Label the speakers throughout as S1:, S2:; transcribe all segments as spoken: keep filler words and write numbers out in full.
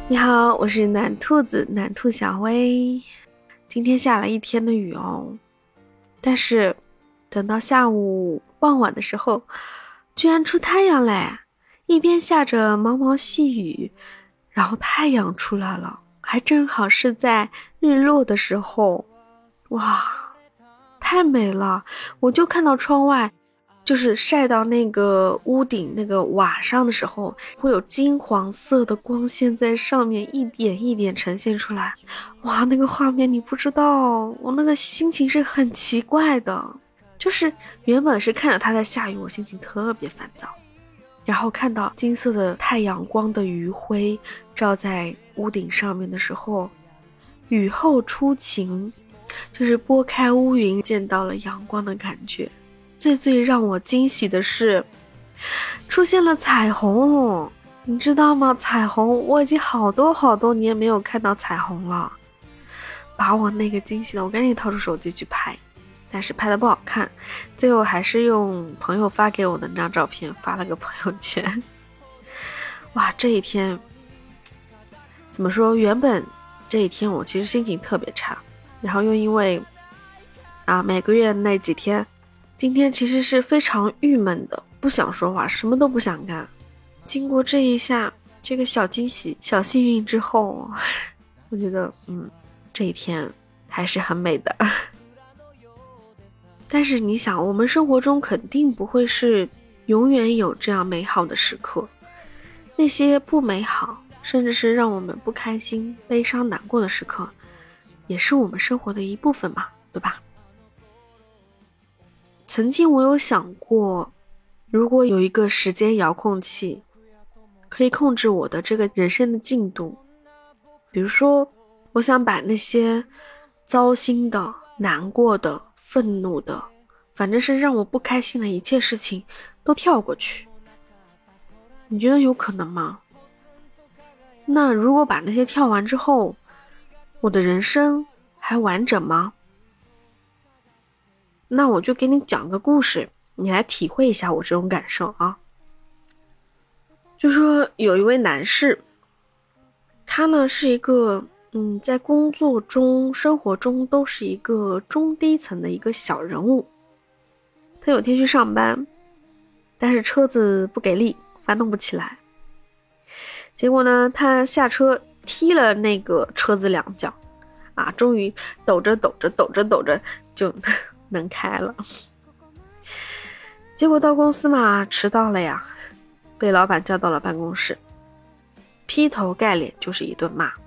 S1: 你好，我是暖兔子暖兔小薇。今天下了一天的雨哦，但是等到下午傍晚的时候，居然出太阳嘞！一边下着毛毛细雨，然后太阳出来了，还正好是在日落的时候，哇，太美了！我就看到窗外，就是晒到那个屋顶那个瓦上的时候，会有金黄色的光线在上面一点一点呈现出来。哇，那个画面你不知道，我那个心情是很奇怪的，就是原本是看着它在下雨，我心情特别烦躁，然后看到金色的太阳光的余晖照在屋顶上面的时候，雨后初晴，就是拨开乌云见到了阳光的感觉。最最让我惊喜的是出现了彩虹，你知道吗？彩虹，我已经好多好多年没有看到彩虹了，把我那个惊喜的，我赶紧掏出手机去拍，但是拍的不好看，最后还是用朋友发给我的那张照片发了个朋友圈。哇，这一天怎么说，原本这一天我其实心情特别差，然后又因为啊每个月那几天，今天其实是非常郁闷的，不想说话，什么都不想干。经过这一下这个小惊喜小幸运之后，我觉得嗯这一天还是很美的。但是你想，我们生活中肯定不会是永远有这样美好的时刻，那些不美好甚至是让我们不开心悲伤难过的时刻也是我们生活的一部分嘛，对吧？曾经我有想过，如果有一个时间遥控器可以控制我的这个人生的进度，比如说我想把那些糟心的难过的愤怒的，反正是让我不开心的一切事情都跳过去，你觉得有可能吗？那如果把那些跳完之后，我的人生还完整吗？那我就给你讲个故事，你来体会一下我这种感受啊。就说有一位男士，他呢是一个嗯，在工作中生活中都是一个中低层的一个小人物。他有天去上班，但是车子不给力，发动不起来。结果呢，他下车踢了那个车子两脚啊，终于抖着抖着抖着抖着就能开了。结果到公司嘛，迟到了呀，被老板叫到了办公室，劈头盖脸就是一顿骂。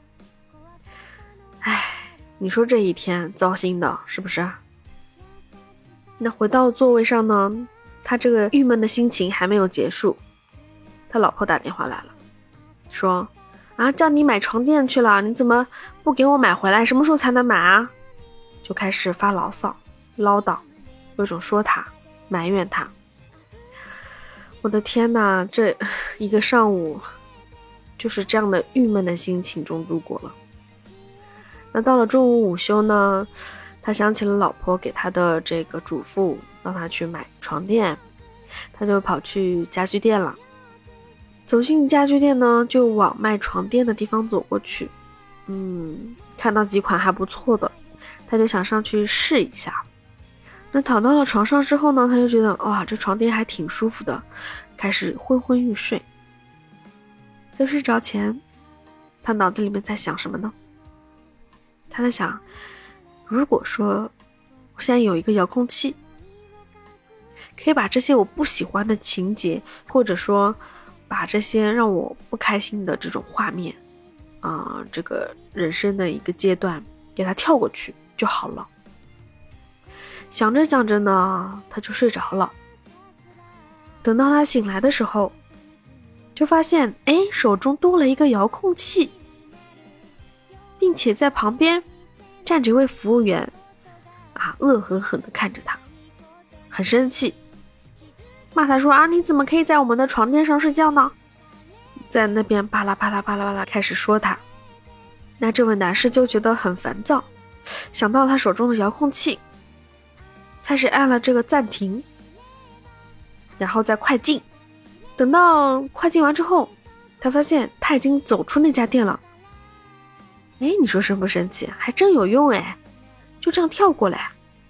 S1: 唉，你说这一天糟心的是不是？那回到座位上呢，他这个郁闷的心情还没有结束，他老婆打电话来了，说啊，叫你买床垫去了，你怎么不给我买回来？什么时候才能买啊？就开始发牢骚唠叨，有种说他埋怨他。我的天哪，这一个上午就是这样的郁闷的心情中度过了。那到了中午午休呢，他想起了老婆给他的这个嘱咐，让他去买床垫，他就跑去家具店了。走进家具店呢，就往卖床垫的地方走过去。嗯，看到几款还不错的，他就想上去试一下。那躺到了床上之后呢，他就觉得哇，这床垫还挺舒服的，开始昏昏欲睡。在睡着前，他脑子里面在想什么呢？他在想，如果说我现在有一个遥控器，可以把这些我不喜欢的情节，或者说把这些让我不开心的这种画面啊、呃，这个人生的一个阶段给它跳过去就好了。想着想着呢，他就睡着了。等到他醒来的时候，就发现哎，手中多了一个遥控器，并且在旁边站着一位服务员啊，恶狠狠地看着他，很生气，骂他说啊，你怎么可以在我们的床垫上睡觉呢？在那边巴拉巴拉巴拉巴拉开始说他。那这位男士就觉得很烦躁，想到他手中的遥控器，开始按了这个暂停，然后再快进。等到快进完之后， 他发现他已经走出那家店了。哎，你说生不生气？还真有用哎，就这样跳过来。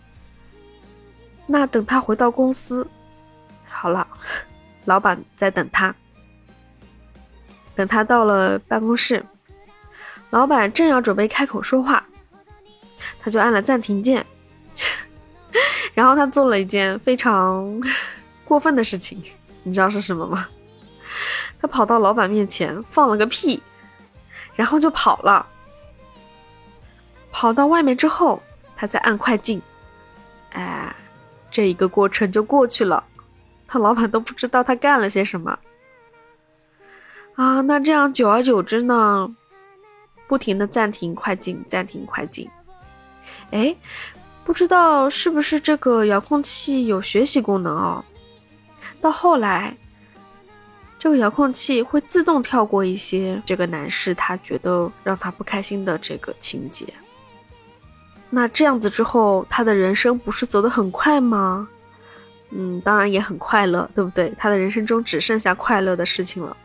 S1: 那等他回到公司，好了，老板在等他。等他到了办公室，老板正要准备开口说话，他就按了暂停键。然后他做了一件非常过分的事情，你知道是什么吗？他跑到老板面前放了个屁，然后就跑了。跑到外面之后，他再按快进，哎，这一个过程就过去了，他老板都不知道他干了些什么啊。那这样久而久之呢，不停的暂停快进，暂停快进。哎，不知道是不是这个遥控器有学习功能哦？到后来，这个遥控器会自动跳过一些这个男士他觉得让他不开心的这个情节。那这样子之后，他的人生不是走得很快吗？嗯，当然也很快乐，对不对？他的人生中只剩下快乐的事情了。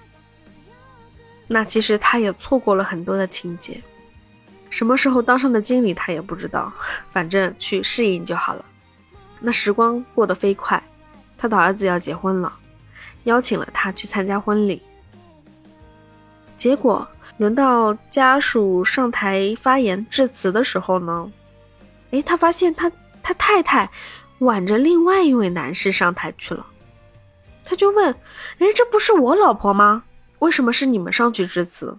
S1: 那其实他也错过了很多的情节。什么时候当上的经理他也不知道，反正去适应就好了。那时光过得飞快，他的儿子要结婚了，邀请了他去参加婚礼。结果轮到家属上台发言致辞的时候呢，诶，他发现他他太太挽着另外一位男士上台去了。他就问，诶，这不是我老婆吗？为什么是你们上去致辞？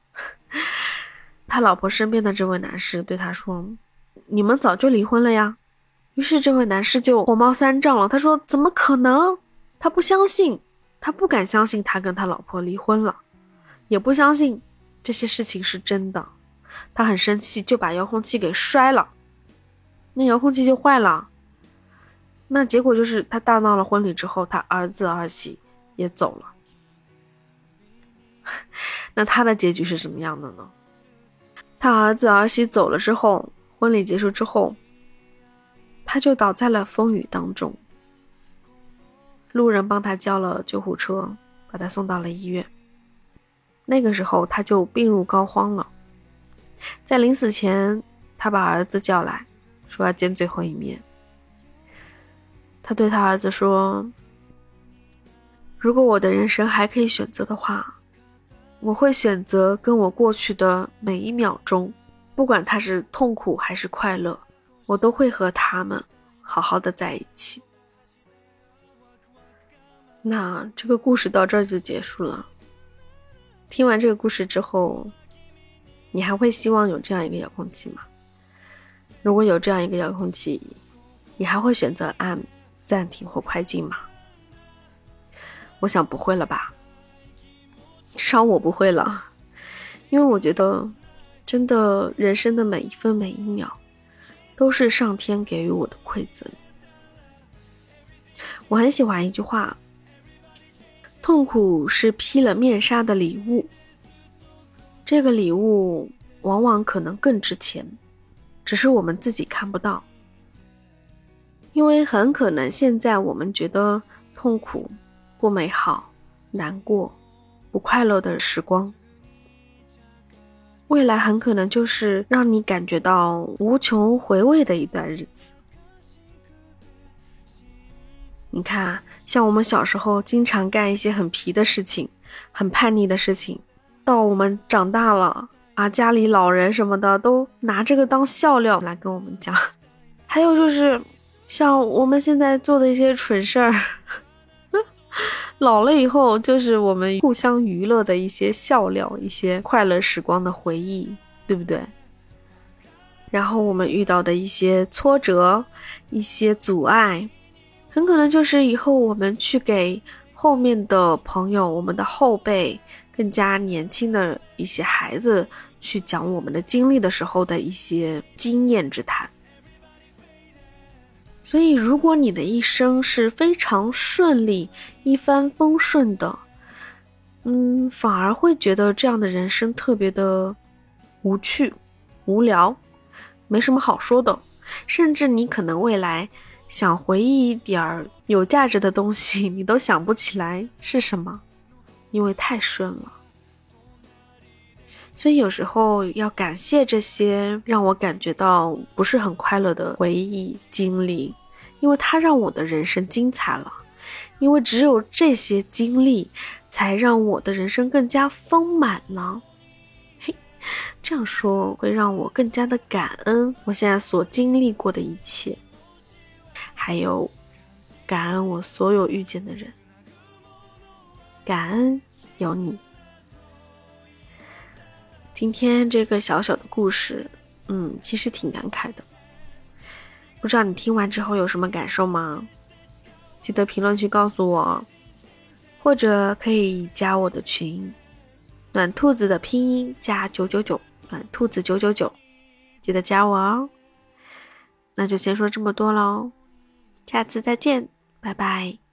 S1: 他老婆身边的这位男士对他说，你们早就离婚了呀。于是这位男士就火冒三丈了，他说怎么可能？他不相信，他不敢相信他跟他老婆离婚了，也不相信这些事情是真的。他很生气，就把遥控器给摔了，那遥控器就坏了。那结果就是他大闹了婚礼之后，他儿子儿媳也走了。那他的结局是什么样的呢？他儿子儿媳走了之后，婚礼结束之后，他就倒在了风雨当中。路人帮他叫了救护车，把他送到了医院。那个时候他就病入膏肓了。在临死前，他把儿子叫来，说要见最后一面。他对他儿子说，如果我的人生还可以选择的话，我会选择跟我过去的每一秒钟，不管它是痛苦还是快乐，我都会和他们好好的在一起。那这个故事到这儿就结束了。听完这个故事之后，你还会希望有这样一个遥控器吗？如果有这样一个遥控器，你还会选择按暂停或快进吗？我想不会了吧，至少我不会了。因为我觉得真的人生的每一分每一秒都是上天给予我的馈赠。我很喜欢一句话，痛苦是披了面纱的礼物，这个礼物往往可能更值钱，只是我们自己看不到。因为很可能现在我们觉得痛苦、不美好、难过、不快乐的时光，未来很可能就是让你感觉到无穷回味的一段日子。你看，像我们小时候经常干一些很皮的事情，很叛逆的事情，到我们长大了啊，家里老人什么的都拿这个当笑料来跟我们讲。还有就是像我们现在做的一些蠢事儿，老了以后就是我们互相娱乐的一些笑料，一些快乐时光的回忆，对不对？然后我们遇到的一些挫折，一些阻碍，很可能就是以后我们去给后面的朋友，我们的后辈，更加年轻的一些孩子去讲我们的经历的时候的一些经验之谈。所以如果你的一生是非常顺利，一帆风顺的，嗯，反而会觉得这样的人生特别的无趣、无聊，没什么好说的。甚至你可能未来想回忆一点有价值的东西，你都想不起来是什么。 因为太顺了。所以有时候要感谢这些让我感觉到不是很快乐的回忆经历，因为它让我的人生精彩了，因为只有这些经历才让我的人生更加丰满呢。嘿，这样说会让我更加的感恩我现在所经历过的一切，还有感恩我所有遇见的人，感恩有你。今天这个小小的故事，嗯，其实挺感慨的。不知道你听完之后有什么感受吗？记得评论区告诉我，或者可以加我的群，暖兔子的拼音加九九九，暖兔子九九九，记得加我哦。那就先说这么多咯，下次再见，拜拜。